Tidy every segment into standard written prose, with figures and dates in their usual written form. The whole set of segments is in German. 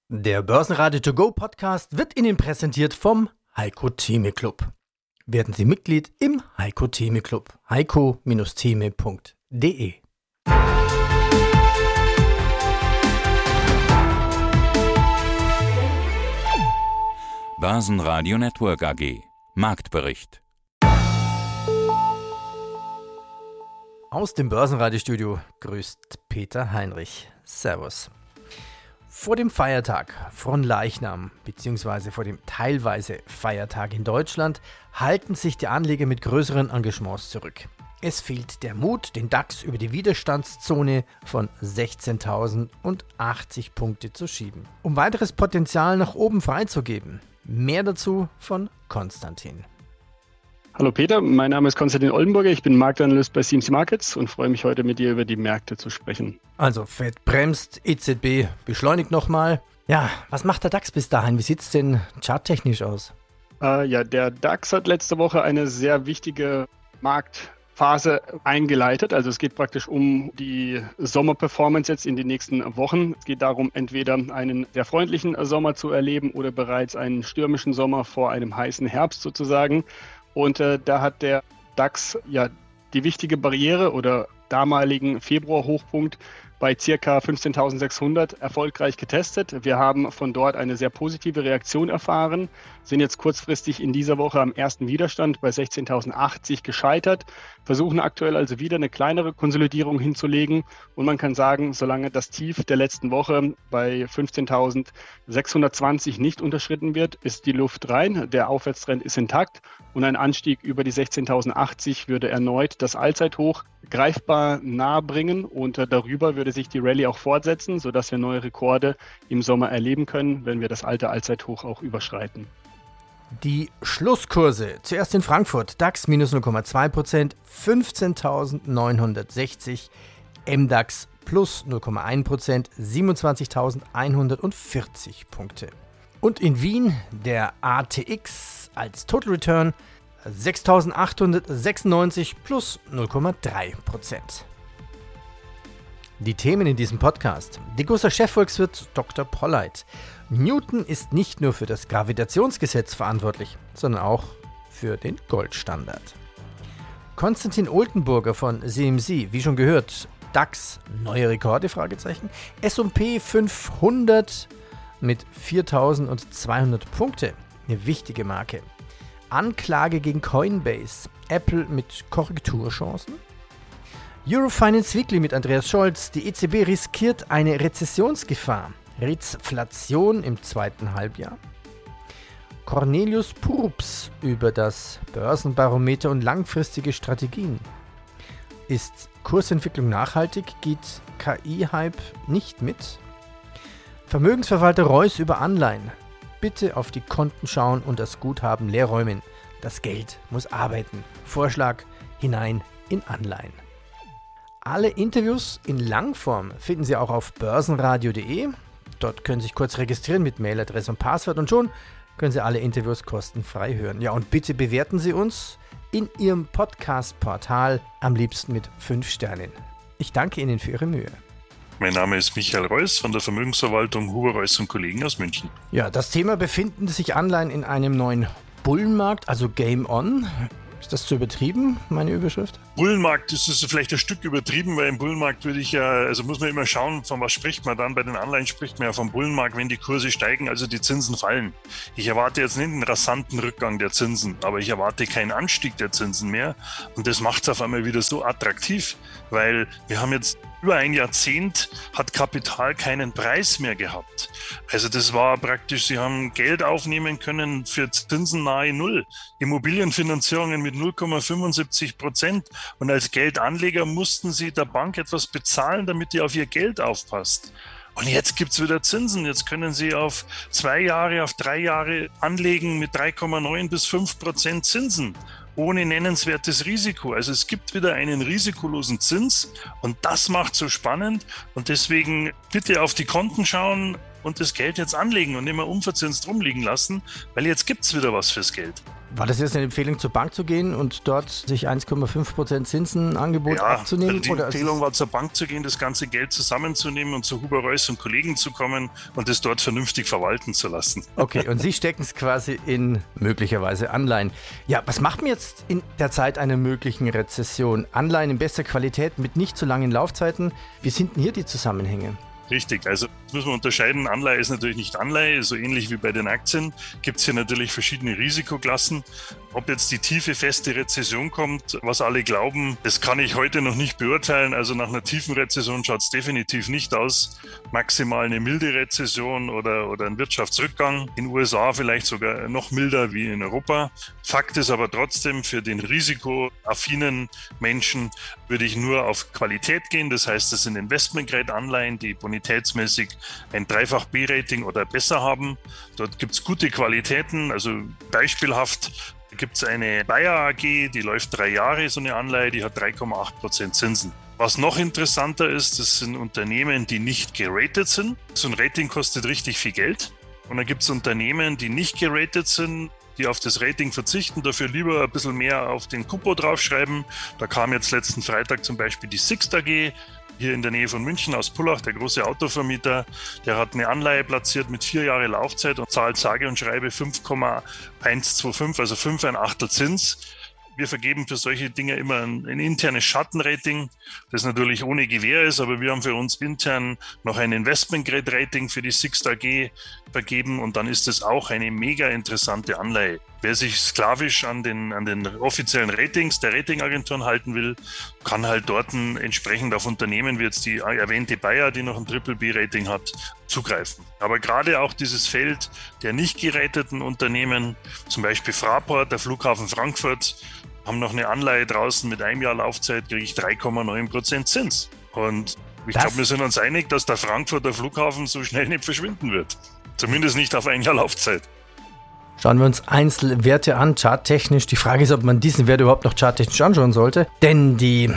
Der Börsenradio To Go Podcast wird Ihnen präsentiert vom Heiko Theme Club. Werden Sie Mitglied im Heiko Theme Club. heiko-theme.de. Börsenradio Network AG. Marktbericht. Aus dem Börsenradiostudio grüßt Peter Heinrich. Servus. Vor dem Feiertag von Leichnam bzw. vor dem teilweise Feiertag in Deutschland halten sich die Anleger mit größeren Engagements zurück. Es fehlt der Mut, den DAX über die Widerstandszone von 16.080 Punkte zu schieben, um weiteres Potenzial nach oben freizugeben. Mehr dazu von Konstantin. Hallo Peter, mein Name ist Konstantin Oldenburger, ich bin Marktanalyst bei CMC Markets und freue mich heute mit dir über die Märkte zu sprechen. Also Fed bremst, EZB beschleunigt nochmal. Ja, was macht der DAX bis dahin? Wie sieht es denn charttechnisch aus? Der DAX hat letzte Woche eine sehr wichtige Marktphase eingeleitet. Also es geht praktisch um die Sommerperformance jetzt in den nächsten Wochen. Es geht darum, entweder einen sehr freundlichen Sommer zu erleben oder bereits einen stürmischen Sommer vor einem heißen Herbst sozusagen. Und da hat der DAX die wichtige Barriere oder damaligen Februar-Hochpunkt bei ca. 15.600 erfolgreich getestet. Wir haben von dort eine sehr positive Reaktion erfahren, sind jetzt kurzfristig in dieser Woche am ersten Widerstand bei 16.080 gescheitert, versuchen aktuell also wieder eine kleinere Konsolidierung hinzulegen und man kann sagen, solange das Tief der letzten Woche bei 15.620 nicht unterschritten wird, ist die Luft rein, der Aufwärtstrend ist intakt und ein Anstieg über die 16.080 würde erneut das Allzeithoch greifbar nahe bringen und darüber würde sich die Rallye auch fortsetzen, sodass wir neue Rekorde im Sommer erleben können, wenn wir das alte Allzeithoch auch überschreiten. Die Schlusskurse. Zuerst in Frankfurt. DAX minus 0,2%, 15.960. MDAX plus 0,1%, 27.140 Punkte. Und in Wien der ATX als Total Return 6.896 plus 0,3%. Die Themen in diesem Podcast. Degussa Chefvolkswirt Dr. Polleit. Newton ist nicht nur für das Gravitationsgesetz verantwortlich, sondern auch für den Goldstandard. Konstantin Oldenburger von CMC, wie schon gehört, DAX, neue Rekorde, Fragezeichen. S&P 500 mit 4.200 Punkte, eine wichtige Marke. Anklage gegen Coinbase, Apple mit Korrekturchancen. Eurofinance Weekly mit Andreas Scholz, die EZB riskiert eine Rezessionsgefahr. Rezflation im zweiten Halbjahr. Cornelius Purps über das Börsenbarometer und langfristige Strategien. Ist Kursentwicklung nachhaltig? Geht KI-Hype nicht mit? Vermögensverwalter Reuss über Anleihen. Bitte auf die Konten schauen und das Guthaben leer räumen. Das Geld muss arbeiten. Vorschlag hinein in Anleihen. Alle Interviews in Langform finden Sie auch auf börsenradio.de. Dort können Sie sich kurz registrieren mit Mailadresse und Passwort und schon können Sie alle Interviews kostenfrei hören. Ja, und bitte bewerten Sie uns in Ihrem Podcast-Portal, am liebsten mit 5 Sternen. Ich danke Ihnen für Ihre Mühe. Mein Name ist Michael Reuss von der Vermögensverwaltung Huber Reuss und Kollegen aus München. Ja, das Thema befinden sich Anleihen in einem neuen Bullenmarkt, also Game On. Ist das zu übertrieben, meine Überschrift? Bullenmarkt ist es vielleicht ein Stück übertrieben, weil im Bullenmarkt muss man immer schauen, von was spricht man dann. Bei den Anleihen spricht man ja vom Bullenmarkt, wenn die Kurse steigen, also die Zinsen fallen. Ich erwarte jetzt nicht einen rasanten Rückgang der Zinsen, aber ich erwarte keinen Anstieg der Zinsen mehr. Und das macht es auf einmal wieder so attraktiv, weil wir haben jetzt über ein Jahrzehnt hat Kapital keinen Preis mehr gehabt. Also das war praktisch, sie haben Geld aufnehmen können für Zinsen nahe Null. Immobilienfinanzierungen mit 0,75%. Und als Geldanleger mussten sie der Bank etwas bezahlen, damit die auf ihr Geld aufpasst. Und jetzt gibt's wieder Zinsen. Jetzt können Sie auf 2 Jahre, auf 3 Jahre anlegen mit 3,9 bis 5% Zinsen. Ohne nennenswertes Risiko. Also es gibt wieder einen risikolosen Zins und das macht so spannend und deswegen bitte auf die Konten schauen, und das Geld jetzt anlegen und nicht mehr unverzinst rumliegen lassen, weil jetzt gibt es wieder was fürs Geld. War das jetzt eine Empfehlung, zur Bank zu gehen und dort sich 1,5% Zinsenangebot abzunehmen? Also die Empfehlung war, zur Bank zu gehen, das ganze Geld zusammenzunehmen und zu Huber Reuss und Kollegen zu kommen und es dort vernünftig verwalten zu lassen. Okay, und Sie stecken es quasi in möglicherweise Anleihen. Ja, was macht man jetzt in der Zeit einer möglichen Rezession? Anleihen in bester Qualität mit nicht zu langen Laufzeiten. Wie sind denn hier die Zusammenhänge? Richtig, also das muss man unterscheiden. Anleihe ist natürlich nicht Anleihe, so ähnlich wie bei den Aktien. Gibt es hier natürlich verschiedene Risikoklassen. Ob jetzt die tiefe, feste Rezession kommt, was alle glauben, das kann ich heute noch nicht beurteilen. Also nach einer tiefen Rezession schaut es definitiv nicht aus. Maximal eine milde Rezession oder ein Wirtschaftsrückgang. In den USA vielleicht sogar noch milder wie in Europa. Fakt ist aber trotzdem, für den risikoaffinen Menschen würde ich nur auf Qualität gehen. Das heißt, das sind Investmentgrade-Anleihen, die bonitätsmäßig ein Dreifach-B-Rating oder besser haben. Dort gibt es gute Qualitäten, also beispielhaft gibt es eine Bayer AG, die läuft 3 Jahre, so eine Anleihe, die hat 3,8% Zinsen. Was noch interessanter ist, das sind Unternehmen, die nicht geratet sind. So ein Rating kostet richtig viel Geld. Und dann gibt es Unternehmen, die nicht geratet sind, die auf das Rating verzichten, dafür lieber ein bisschen mehr auf den Kupo draufschreiben. Da kam jetzt letzten Freitag zum Beispiel die Sixt AG, hier in der Nähe von München aus Pullach, der große Autovermieter, der hat eine Anleihe platziert mit 4 Jahre Laufzeit und zahlt sage und schreibe 5,125, also 5,1 Zins. Wir vergeben für solche Dinge immer ein internes Schattenrating, das natürlich ohne Gewähr ist, aber wir haben für uns intern noch ein Investment-Grade-Rating für die Sixt AG vergeben und dann ist es auch eine mega interessante Anleihe. Wer sich sklavisch an den offiziellen Ratings der Ratingagenturen halten will, kann halt dort entsprechend auf Unternehmen wie jetzt die erwähnte Bayer, die noch ein Triple-B-Rating hat, zugreifen. Aber gerade auch dieses Feld der nicht gerateten Unternehmen, zum Beispiel Fraport, der Flughafen Frankfurt, haben noch eine Anleihe draußen mit 1 Jahr Laufzeit, kriege ich 3,9% Zins. Und ich glaube, wir sind uns einig, dass der Frankfurter Flughafen so schnell nicht verschwinden wird. Zumindest nicht auf 1 Jahr Laufzeit. Schauen wir uns Einzelwerte an, charttechnisch. Die Frage ist, ob man diesen Wert überhaupt noch charttechnisch anschauen sollte. Denn die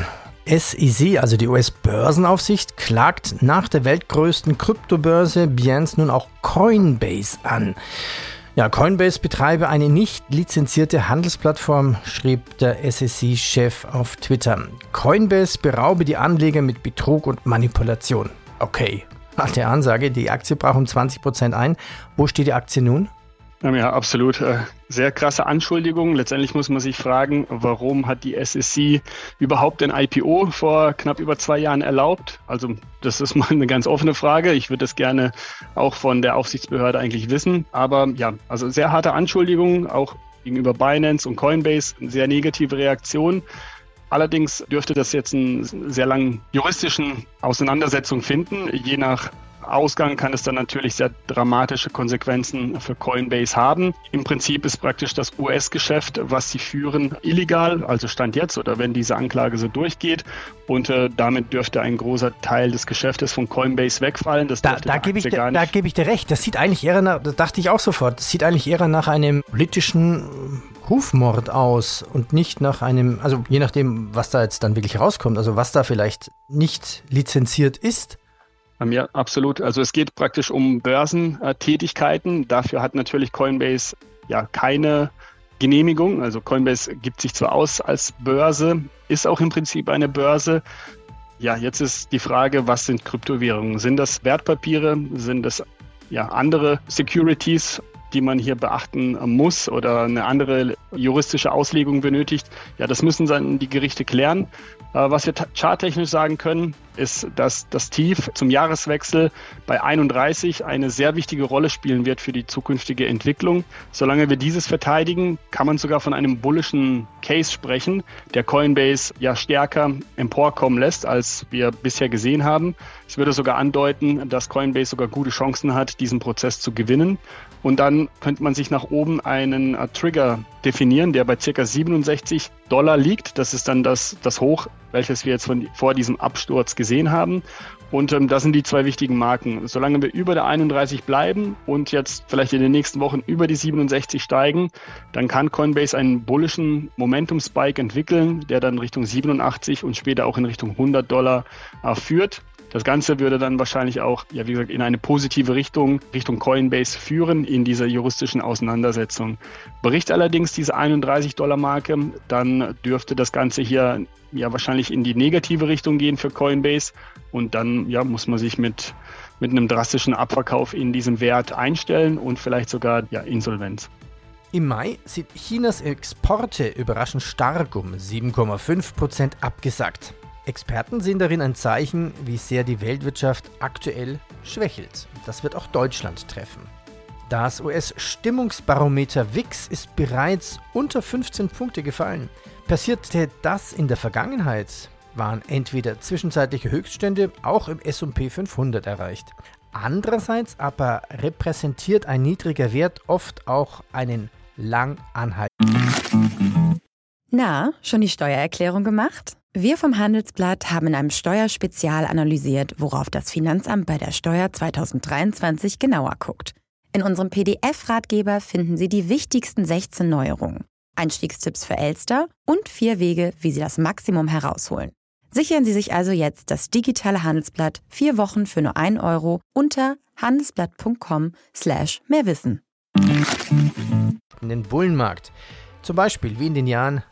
SEC, also die US-Börsenaufsicht, klagt nach der weltgrößten Kryptobörse Binance nun auch Coinbase an. Ja, Coinbase betreibe eine nicht lizenzierte Handelsplattform, schrieb der SEC-Chef auf Twitter. Coinbase beraube die Anleger mit Betrug und Manipulation. Okay, nach der Ansage, die Aktie brach um 20% ein. Wo steht die Aktie nun? Ja, absolut. Sehr krasse Anschuldigungen. Letztendlich muss man sich fragen, warum hat die SEC überhaupt ein IPO vor knapp über 2 Jahren erlaubt? Also das ist mal eine ganz offene Frage. Ich würde das gerne auch von der Aufsichtsbehörde eigentlich wissen. Aber ja, also sehr harte Anschuldigungen, auch gegenüber Binance und Coinbase, eine sehr negative Reaktion. Allerdings dürfte das jetzt einen sehr langen juristischen Auseinandersetzung finden. Je nach Ausgang kann es dann natürlich sehr dramatische Konsequenzen für Coinbase haben. Im Prinzip ist praktisch das US-Geschäft, was sie führen, illegal, also Stand jetzt oder wenn diese Anklage so durchgeht. Und damit dürfte ein großer Teil des Geschäftes von Coinbase wegfallen. Da gebe ich dir recht. Das sieht eigentlich eher nach, das dachte ich auch sofort, das sieht eigentlich eher nach einem politischen Rufmord aus und nicht nach einem, also je nachdem, was da jetzt dann wirklich rauskommt, also was da vielleicht nicht lizenziert ist. Ja, absolut. Also es geht praktisch um Börsentätigkeiten. Dafür hat natürlich Coinbase ja keine Genehmigung. Also Coinbase gibt sich zwar aus als Börse, ist auch im Prinzip eine Börse. Ja, jetzt ist die Frage, was sind Kryptowährungen? Sind das Wertpapiere? Sind das andere Securities, die man hier beachten muss oder eine andere juristische Auslegung benötigt? Ja, das müssen dann die Gerichte klären. Was wir charttechnisch sagen können, ist, dass das Tief zum Jahreswechsel bei 31 eine sehr wichtige Rolle spielen wird für die zukünftige Entwicklung. Solange wir dieses verteidigen, kann man sogar von einem bullischen Case sprechen, der Coinbase ja stärker emporkommen lässt, als wir bisher gesehen haben. Es würde sogar andeuten, dass Coinbase sogar gute Chancen hat, diesen Prozess zu gewinnen. Und dann könnte man sich nach oben einen Trigger definieren, der bei ca. $67 liegt. Das ist dann das Hoch, welches wir jetzt vor diesem Absturz gesehen haben. Und das sind die 2 wichtigen Marken. Solange wir über der 31 bleiben und jetzt vielleicht in den nächsten Wochen über die 67 steigen, dann kann Coinbase einen bullischen Momentum-Spike entwickeln, der dann Richtung 87 und später auch in Richtung $100 führt. Das Ganze würde dann wahrscheinlich auch, ja, wie gesagt, in eine positive Richtung Coinbase führen in dieser juristischen Auseinandersetzung. Bricht allerdings diese $31-Marke, dann dürfte das Ganze hier ja wahrscheinlich in die negative Richtung gehen für Coinbase und dann ja, muss man sich mit einem drastischen Abverkauf in diesem Wert einstellen und vielleicht sogar ja, Insolvenz. Im Mai sind Chinas Exporte überraschend stark um 7,5% abgesackt. Experten sehen darin ein Zeichen, wie sehr die Weltwirtschaft aktuell schwächelt. Das wird auch Deutschland treffen. Das US-Stimmungsbarometer VIX ist bereits unter 15 Punkte gefallen. Passierte das in der Vergangenheit, waren entweder zwischenzeitliche Höchststände auch im S&P 500 erreicht. Andererseits aber repräsentiert ein niedriger Wert oft auch einen lang anhaltenden. Na, schon die Steuererklärung gemacht? Wir vom Handelsblatt haben in einem Steuerspezial analysiert, worauf das Finanzamt bei der Steuer 2023 genauer guckt. In unserem PDF-Ratgeber finden Sie die wichtigsten 16 Neuerungen, Einstiegstipps für Elster und 4 Wege, wie Sie das Maximum herausholen. Sichern Sie sich also jetzt das digitale Handelsblatt 4 Wochen für nur 1 Euro unter handelsblatt.com/mehrwissen. In den Bullenmarkt, zum Beispiel wie in den Jahren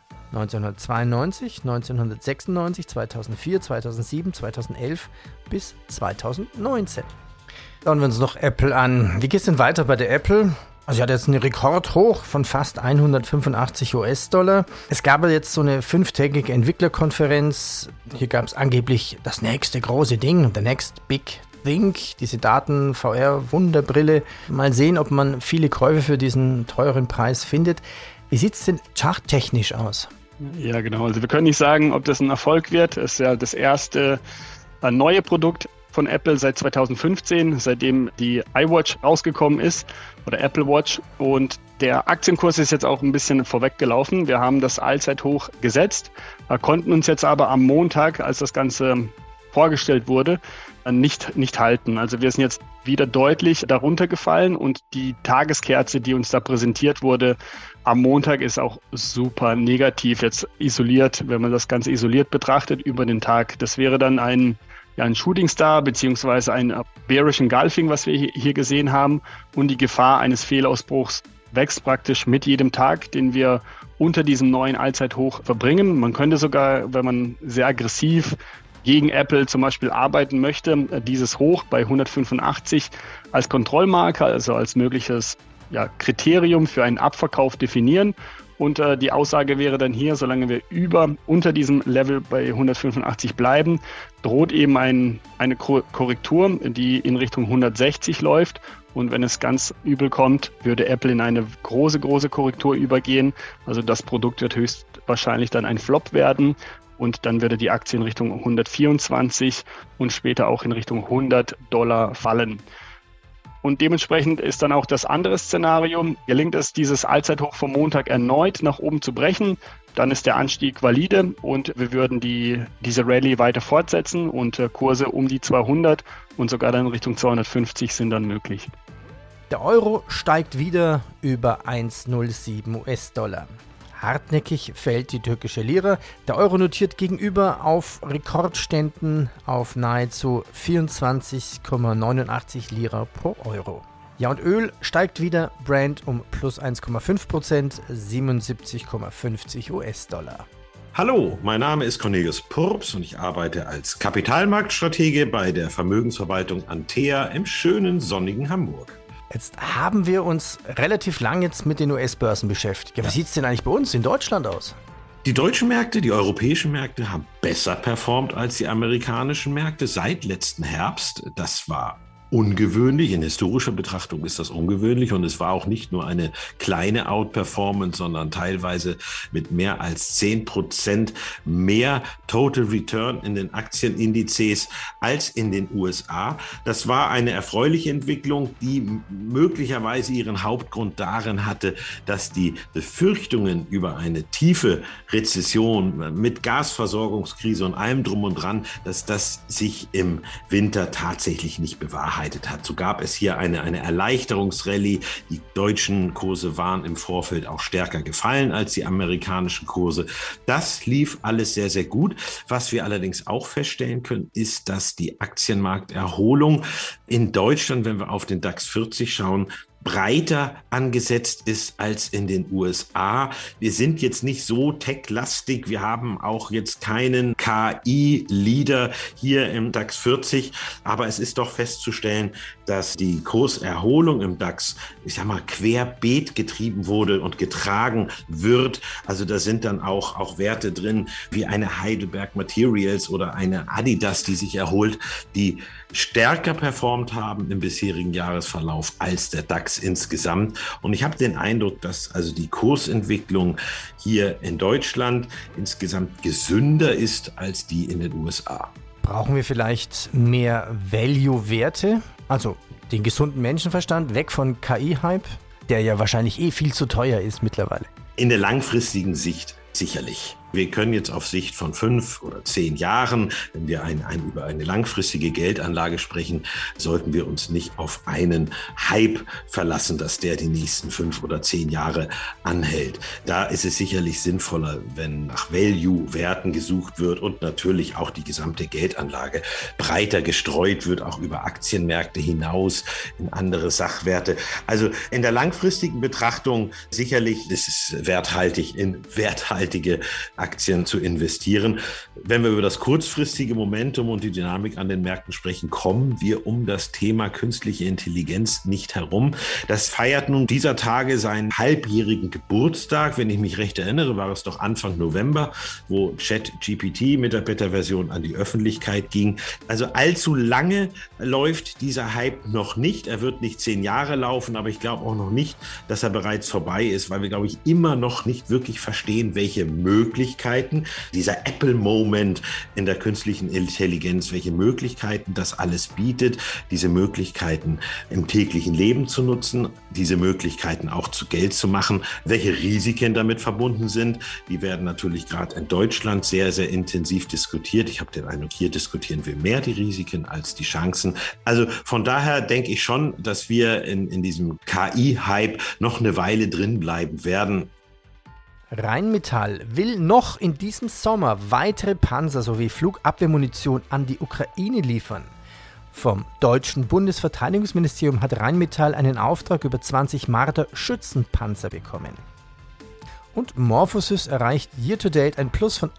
1992, 1996, 2004, 2007, 2011 bis 2019. Schauen wir uns noch Apple an. Wie geht es denn weiter bei der Apple? Also sie hat jetzt einen Rekordhoch von fast 185 US-Dollar. Es gab jetzt so eine 5-tägige Entwicklerkonferenz. Hier gab es angeblich das nächste große Ding, the next big thing, diese Daten-VR-Wunderbrille. Mal sehen, ob man viele Käufe für diesen teuren Preis findet. Wie sieht es denn charttechnisch aus? Ja, genau. Also wir können nicht sagen, ob das ein Erfolg wird. Es ist ja das erste neue Produkt von Apple seit 2015, seitdem die iWatch rausgekommen ist oder Apple Watch. Und der Aktienkurs ist jetzt auch ein bisschen vorweggelaufen. Wir haben das Allzeithoch gesetzt, konnten uns jetzt aber am Montag, als das Ganze vorgestellt wurde, nicht halten. Also wir sind jetzt wieder deutlich darunter gefallen und die Tageskerze, die uns da präsentiert wurde, am Montag ist auch super negativ jetzt isoliert, wenn man das Ganze isoliert betrachtet über den Tag. Das wäre dann ein Shooting Star beziehungsweise ein Bearish Engulfing, was wir hier gesehen haben. Und die Gefahr eines Fehlausbruchs wächst praktisch mit jedem Tag, den wir unter diesem neuen Allzeithoch verbringen. Man könnte sogar, wenn man sehr aggressiv gegen Apple zum Beispiel arbeiten möchte, dieses Hoch bei 185 als Kontrollmarker, also als mögliches Kriterium für einen Abverkauf definieren. Und die Aussage wäre dann hier, solange wir unter diesem Level bei 185 bleiben, droht eben eine Korrektur, die in Richtung 160 läuft. Und wenn es ganz übel kommt, würde Apple in eine große Korrektur übergehen. Also das Produkt wird höchstwahrscheinlich dann ein Flop werden. Und dann würde die Aktie in Richtung 124 und später auch in Richtung $100 fallen. Und dementsprechend ist dann auch das andere Szenario, gelingt es, dieses Allzeithoch vom Montag erneut nach oben zu brechen, dann ist der Anstieg valide und wir würden diese Rallye weiter fortsetzen und Kurse um die 200 und sogar dann Richtung 250 sind dann möglich. Der Euro steigt wieder über 1,07 US-Dollar. Hartnäckig fällt die türkische Lira. Der Euro notiert gegenüber auf Rekordständen auf nahezu 24,89 Lira pro Euro. Ja, und Öl steigt wieder, Brent um plus 1,5%, 77,50 US-Dollar. Hallo, mein Name ist Cornelius Purps und ich arbeite als Kapitalmarktstratege bei der Vermögensverwaltung Antea im schönen sonnigen Hamburg. Jetzt haben wir uns relativ lang jetzt mit den US-Börsen beschäftigt. Ja, wie sieht es denn eigentlich bei uns in Deutschland aus? Die deutschen Märkte, die europäischen Märkte haben besser performt als die amerikanischen Märkte seit letzten Herbst. Das war ungewöhnlich. In historischer Betrachtung ist das ungewöhnlich und es war auch nicht nur eine kleine Outperformance, sondern teilweise mit mehr als 10% mehr Total Return in den Aktienindizes als in den USA. Das war eine erfreuliche Entwicklung, die möglicherweise ihren Hauptgrund darin hatte, dass die Befürchtungen über eine tiefe Rezession mit Gasversorgungskrise und allem drum und dran, dass das sich im Winter tatsächlich nicht bewahrheitet bewahrheitet hat. So gab es hier eine Erleichterungsrallye. Die deutschen Kurse waren im Vorfeld auch stärker gefallen als die amerikanischen Kurse. Das lief alles sehr, sehr gut. Was wir allerdings auch feststellen können, ist, dass die Aktienmarkterholung in Deutschland, wenn wir auf den DAX 40 schauen, breiter angesetzt ist als in den USA. Wir sind jetzt nicht so tech-lastig. Wir haben auch jetzt keinen KI-Leader hier im DAX 40. Aber es ist doch festzustellen, dass die Kurserholung im DAX, querbeet getrieben wurde und getragen wird. Also da sind dann auch Werte drin, wie eine Heidelberg Materials oder eine Adidas, die sich erholt, die stärker performt haben im bisherigen Jahresverlauf als der DAX insgesamt. Und ich habe den Eindruck, dass also die Kursentwicklung hier in Deutschland insgesamt gesünder ist als die in den USA. Brauchen wir vielleicht mehr Value-Werte? Also den gesunden Menschenverstand, weg von KI-Hype, der ja wahrscheinlich viel zu teuer ist mittlerweile. In der langfristigen Sicht sicherlich. Wir können jetzt auf Sicht von 5 oder 10 Jahren, wenn wir über eine langfristige Geldanlage sprechen, sollten wir uns nicht auf einen Hype verlassen, dass der die nächsten 5 oder 10 Jahre anhält. Da ist es sicherlich sinnvoller, wenn nach Value-Werten gesucht wird und natürlich auch die gesamte Geldanlage breiter gestreut wird, auch über Aktienmärkte hinaus in andere Sachwerte. Also in der langfristigen Betrachtung sicherlich ist es werthaltig, in werthaltige Aktien zu investieren. Wenn wir über das kurzfristige Momentum und die Dynamik an den Märkten sprechen, kommen wir um das Thema künstliche Intelligenz nicht herum. Das feiert nun dieser Tage seinen halbjährigen Geburtstag. Wenn ich mich recht erinnere, war es doch Anfang November, wo ChatGPT mit der Beta-Version an die Öffentlichkeit ging. Also allzu lange läuft dieser Hype noch nicht. Er wird nicht 10 Jahre laufen, aber ich glaube auch noch nicht, dass er bereits vorbei ist, weil wir, glaube ich, immer noch nicht wirklich verstehen, welche Möglichkeiten, dieser Apple-Moment in der künstlichen Intelligenz, welche Möglichkeiten das alles bietet, diese Möglichkeiten im täglichen Leben zu nutzen, diese Möglichkeiten auch zu Geld zu machen, welche Risiken damit verbunden sind. Die werden natürlich gerade in Deutschland sehr, sehr intensiv diskutiert. Ich habe den Eindruck, hier diskutieren wir mehr die Risiken als die Chancen. Also von daher denke ich schon, dass wir in diesem KI-Hype noch eine Weile drin bleiben werden. Rheinmetall will noch in diesem Sommer weitere Panzer sowie Flugabwehrmunition an die Ukraine liefern. Vom deutschen Bundesverteidigungsministerium hat Rheinmetall einen Auftrag über 20 Marder-Schützenpanzer bekommen. Und Morphosis erreicht year-to-date ein Plus von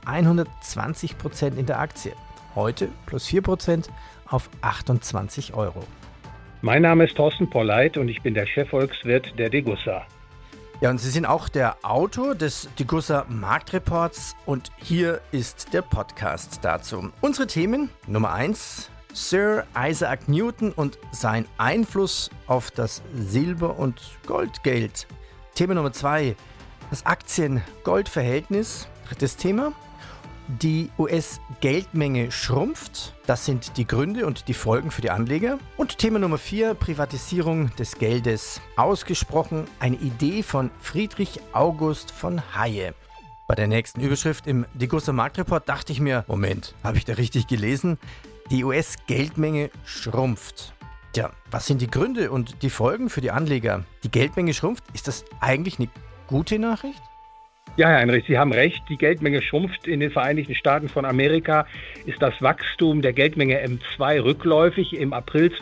120% in der Aktie. Heute plus 4% auf 28 €. Mein Name ist Thorsten Polleit und ich bin der Chefvolkswirt der Degussa. Ja, und Sie sind auch der Autor des Degussa Marktreports und hier ist der Podcast dazu. Unsere Themen: Nummer 1, Sir Isaac Newton und sein Einfluss auf das Silber- und Goldgeld. Thema Nummer 2, das Aktien-Gold-Verhältnis. Drittes Thema: Die US-Geldmenge schrumpft. Das sind die Gründe und die Folgen für die Anleger. Und Thema Nummer 4, Privatisierung des Geldes. Ausgesprochen eine Idee von Friedrich August von Haye. Bei der nächsten Überschrift im Degussa Marktreport dachte ich mir, Moment, habe ich da richtig gelesen? Die US-Geldmenge schrumpft. Tja, was sind die Gründe und die Folgen für die Anleger? Die Geldmenge schrumpft, ist das eigentlich eine gute Nachricht? Ja, Herr Heinrich, Sie haben recht. Die Geldmenge schrumpft. In den Vereinigten Staaten von Amerika ist das Wachstum der Geldmenge M2 rückläufig. Im April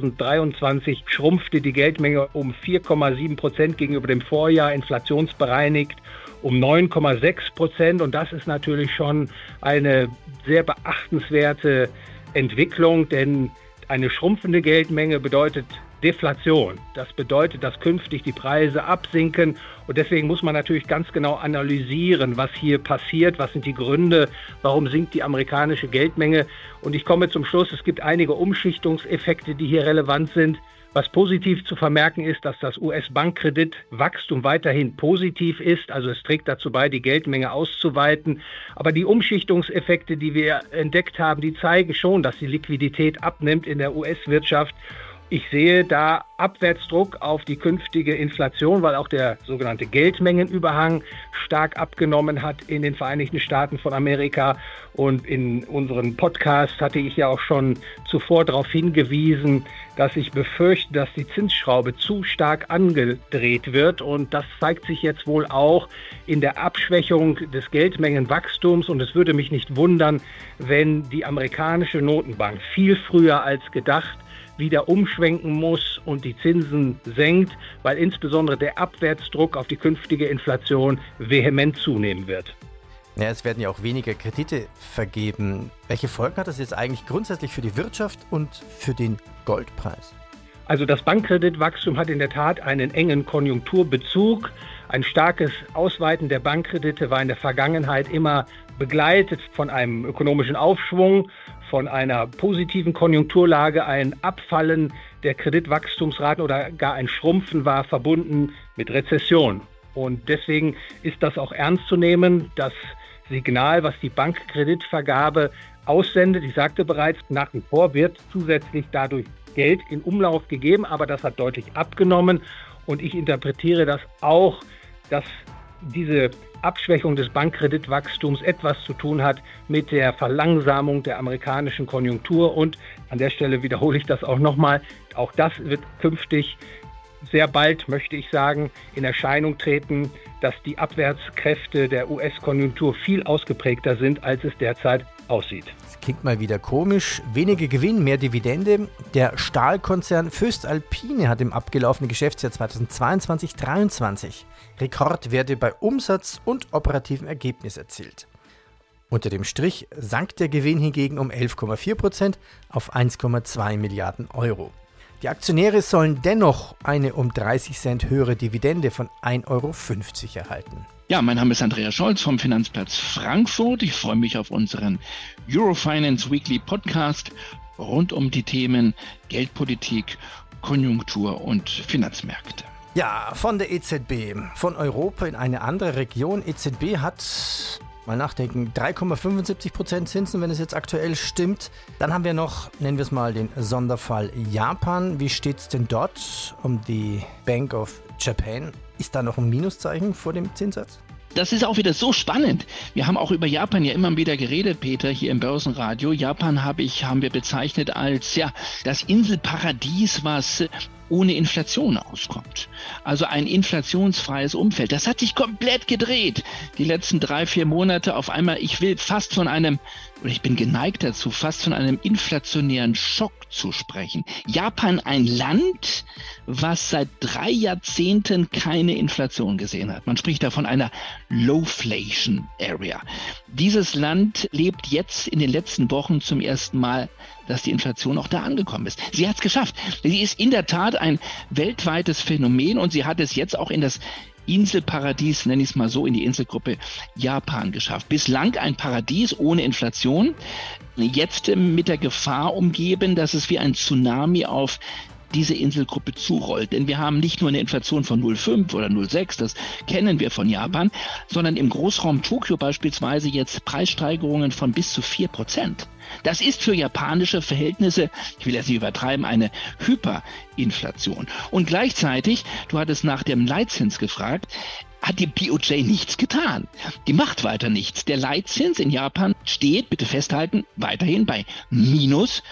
2023 schrumpfte die Geldmenge um 4,7% gegenüber dem Vorjahr, inflationsbereinigt um 9,6%. Und das ist natürlich schon eine sehr beachtenswerte Entwicklung, denn eine schrumpfende Geldmenge bedeutet Deflation. Das bedeutet, dass künftig die Preise absinken und deswegen muss man natürlich ganz genau analysieren, was hier passiert, was sind die Gründe, warum sinkt die amerikanische Geldmenge. Und ich komme zum Schluss, es gibt einige Umschichtungseffekte, die hier relevant sind. Was positiv zu vermerken ist, dass das US-Bankkreditwachstum weiterhin positiv ist. Also es trägt dazu bei, die Geldmenge auszuweiten. Aber die Umschichtungseffekte, die wir entdeckt haben, die zeigen schon, dass die Liquidität abnimmt in der US-Wirtschaft. Ich sehe da Abwärtsdruck auf die künftige Inflation, weil auch der sogenannte Geldmengenüberhang stark abgenommen hat in den Vereinigten Staaten von Amerika. Und in unserem Podcast hatte ich ja auch schon zuvor darauf hingewiesen, dass ich befürchte, dass die Zinsschraube zu stark angedreht wird. Und das zeigt sich jetzt wohl auch in der Abschwächung des Geldmengenwachstums. Und es würde mich nicht wundern, wenn die amerikanische Notenbank viel früher als gedacht wieder umschwenken muss und die Zinsen senkt, weil insbesondere der Abwärtsdruck auf die künftige Inflation vehement zunehmen wird. Ja, es werden ja auch weniger Kredite vergeben. Welche Folgen hat das jetzt eigentlich grundsätzlich für die Wirtschaft und für den Goldpreis? Also das Bankkreditwachstum hat in der Tat einen engen Konjunkturbezug. Ein starkes Ausweiten der Bankkredite war in der Vergangenheit immer begleitet von einem ökonomischen Aufschwung, von einer positiven Konjunkturlage. Ein Abfallen der Kreditwachstumsraten oder gar ein Schrumpfen war verbunden mit Rezession. Und deswegen ist das auch ernst zu nehmen, das Signal, was die Bankkreditvergabe aussendet. Ich sagte bereits, nach wie vor wird zusätzlich dadurch Geld in Umlauf gegeben, aber das hat deutlich abgenommen. Und ich interpretiere das auch, dass diese Abschwächung des Bankkreditwachstums etwas zu tun hat mit der Verlangsamung der amerikanischen Konjunktur. Und an der Stelle wiederhole ich das auch nochmal. Auch das wird künftig sehr bald, möchte ich sagen, in Erscheinung treten, dass die Abwärtskräfte der US-Konjunktur viel ausgeprägter sind, als es derzeit aussieht. Das klingt mal wieder komisch. Weniger Gewinn, mehr Dividende. Der Stahlkonzern Voestalpine hat im abgelaufenen Geschäftsjahr 2022/23 Rekordwerte bei Umsatz und operativen Ergebnis erzielt. Unter dem Strich sank der Gewinn hingegen um 11,4% auf 1,2 Milliarden Euro. Die Aktionäre sollen dennoch eine um 30 Cent höhere Dividende von 1,50 Euro erhalten. Ja, mein Name ist Andreas Scholz vom Finanzplatz Frankfurt. Ich freue mich auf unseren Eurofinance Weekly Podcast rund um die Themen Geldpolitik, Konjunktur und Finanzmärkte. Ja, von der EZB, von Europa in eine andere Region. EZB hat, mal nachdenken, 3,75% Zinsen, wenn es jetzt aktuell stimmt. Dann haben wir noch, nennen wir es mal, den Sonderfall Japan. Wie steht es denn dort um die Bank of Japan? Ist da noch ein Minuszeichen vor dem Zinssatz? Das ist auch wieder so spannend. Wir haben auch über Japan ja immer wieder geredet, Peter, hier im Börsenradio. Japan haben wir bezeichnet als das Inselparadies, was ohne Inflation auskommt. Also ein inflationsfreies Umfeld. Das hat sich komplett gedreht. Die letzten 3-4 Monate auf einmal, ich bin geneigt dazu, fast von einem inflationären Schock zu sprechen. Japan, ein Land, was seit 3 Jahrzehnten keine Inflation gesehen hat. Man spricht da von einer Lowflation Area. Dieses Land lebt jetzt in den letzten Wochen zum ersten Mal, dass die Inflation auch da angekommen ist. Sie hat es geschafft. Sie ist in der Tat ein weltweites Phänomen und sie hat es jetzt auch in das Inselparadies, nenne ich es mal so, in die Inselgruppe Japan geschafft. Bislang ein Paradies ohne Inflation, jetzt mit der Gefahr umgeben, dass es wie ein Tsunami auf diese Inselgruppe zurollt. Denn wir haben nicht nur eine Inflation von 0,5 oder 0,6, das kennen wir von Japan, sondern im Großraum Tokio beispielsweise jetzt Preissteigerungen von bis zu 4%. Das ist für japanische Verhältnisse, ich will jetzt nicht übertreiben, eine Hyperinflation. Und gleichzeitig, du hattest nach dem Leitzins gefragt, hat die BOJ nichts getan. Die macht weiter nichts. Der Leitzins in Japan steht, bitte festhalten, weiterhin bei minus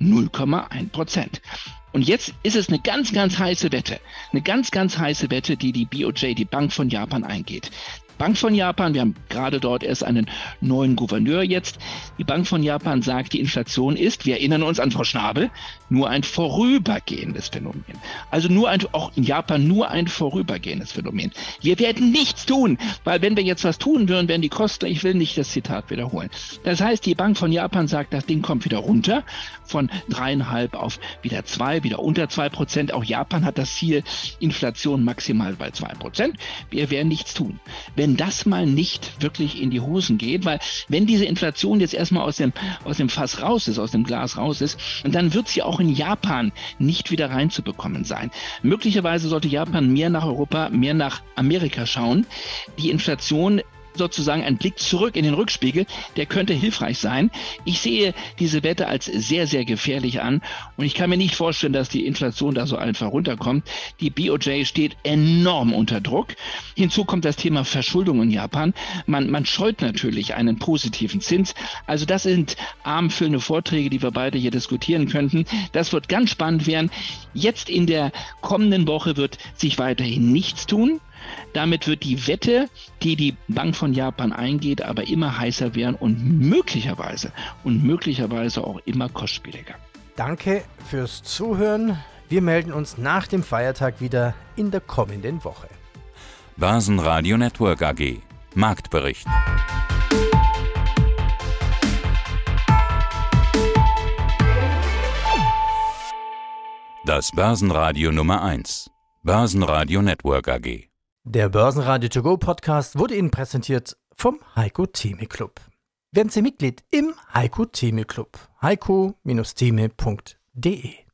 0,1%. Und jetzt ist es eine ganz, ganz heiße Wette. Eine ganz, ganz heiße Wette, die die BOJ, die Bank von Japan, eingeht. Bank von Japan, wir haben gerade dort erst einen neuen Gouverneur jetzt. Die Bank von Japan sagt, die Inflation ist, wir erinnern uns an Frau Schnabel, nur ein vorübergehendes Phänomen. Also auch in Japan nur ein vorübergehendes Phänomen. Wir werden nichts tun, weil wenn wir jetzt was tun würden, wären die Kosten, ich will nicht das Zitat wiederholen. Das heißt, die Bank von Japan sagt, das Ding kommt wieder runter von 3,5 auf wieder 2, wieder unter 2%. Auch Japan hat das Ziel, Inflation maximal bei 2%. Wir werden nichts tun. Wenn das mal nicht wirklich in die Hosen geht, weil wenn diese Inflation jetzt erstmal aus dem Fass raus ist, aus dem Glas raus ist, dann wird sie auch in Japan nicht wieder reinzubekommen sein. Möglicherweise sollte Japan mehr nach Europa, mehr nach Amerika schauen. Die Inflation sozusagen ein Blick zurück in den Rückspiegel, der könnte hilfreich sein. Ich sehe diese Wette als sehr, sehr gefährlich an und ich kann mir nicht vorstellen, dass die Inflation da so einfach runterkommt. Die BOJ steht enorm unter Druck. Hinzu kommt das Thema Verschuldung in Japan. Man scheut natürlich einen positiven Zins. Also das sind abendfüllende Vorträge, die wir beide hier diskutieren könnten. Das wird ganz spannend werden. Jetzt in der kommenden Woche wird sich weiterhin nichts tun. Damit wird die Wette, die die Bank von Japan eingeht, aber immer heißer werden und möglicherweise auch immer kostspieliger. Danke fürs Zuhören. Wir melden uns nach dem Feiertag wieder in der kommenden Woche. Börsenradio Network AG. Marktbericht. Das Börsenradio Nummer 1. Börsenradio Network AG. Der Börsenradio To Go Podcast wurde Ihnen präsentiert vom Heiko Theme Club. Werden Sie Mitglied im Heiko Theme Club. heiko-theme.de